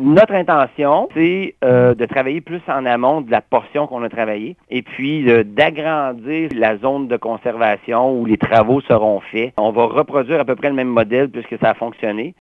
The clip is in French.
Notre intention, c'est de travailler plus en amont de la portion qu'on a travaillée et puis d'agrandir la zone de conservation où les travaux seront faits. On va reproduire à peu près le même modèle puisque ça a fonctionné.